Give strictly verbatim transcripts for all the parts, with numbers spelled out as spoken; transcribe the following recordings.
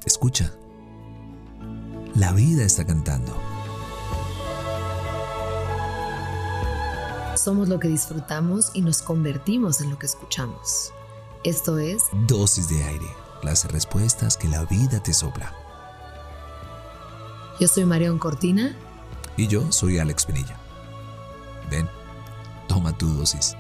Escucha. La vida está cantando. Somos lo que disfrutamos y nos convertimos en lo que escuchamos. Esto es Dosis de aire, las respuestas que la vida te sopla. Yo soy Marión Cortina. Y yo soy Alex Pinilla. Ven, toma tu dosis.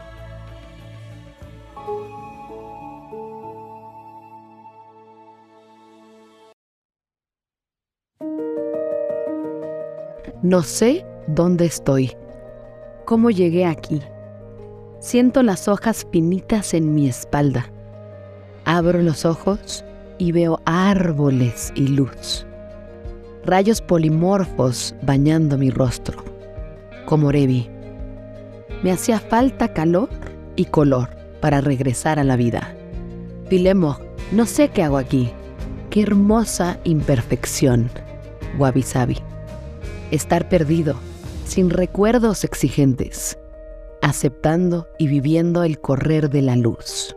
No sé dónde estoy, cómo llegué aquí. Siento las hojas finitas en mi espalda. Abro los ojos y veo árboles y luz. Rayos polimorfos bañando mi rostro. Komorebi. Me hacía falta calor y color para regresar a la vida. Pilemo, no sé qué hago aquí. Qué hermosa imperfección. Wabi-sabi. Estar perdido, sin recuerdos exigentes, aceptando y viviendo el correr de la luz.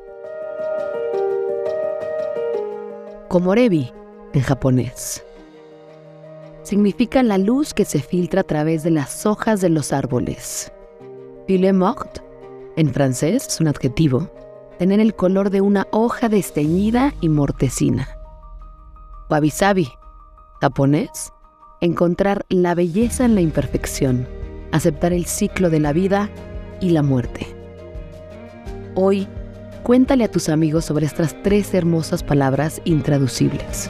Komorebi, en japonés, significa la luz que se filtra a través de las hojas de los árboles. Feuille morte, en francés, es un adjetivo, tener el color de una hoja desteñida y mortecina. Wabi-sabi, japonés, encontrar la belleza en la imperfección, aceptar el ciclo de la vida y la muerte. Hoy, cuéntale a tus amigos sobre estas tres hermosas palabras intraducibles.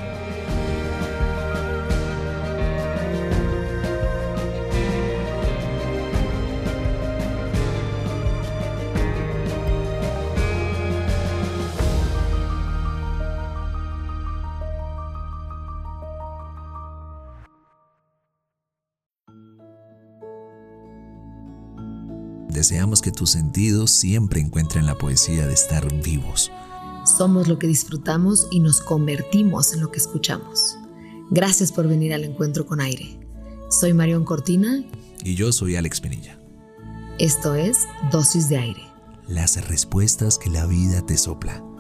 Deseamos que tus sentidos siempre encuentren la poesía de estar vivos. Somos lo que disfrutamos y nos convertimos en lo que escuchamos. Gracias por venir al encuentro con aire. Soy Marión Cortina. Y yo soy Alex Pinilla. Esto es Dosis de Aire. Las respuestas que la vida te sopla.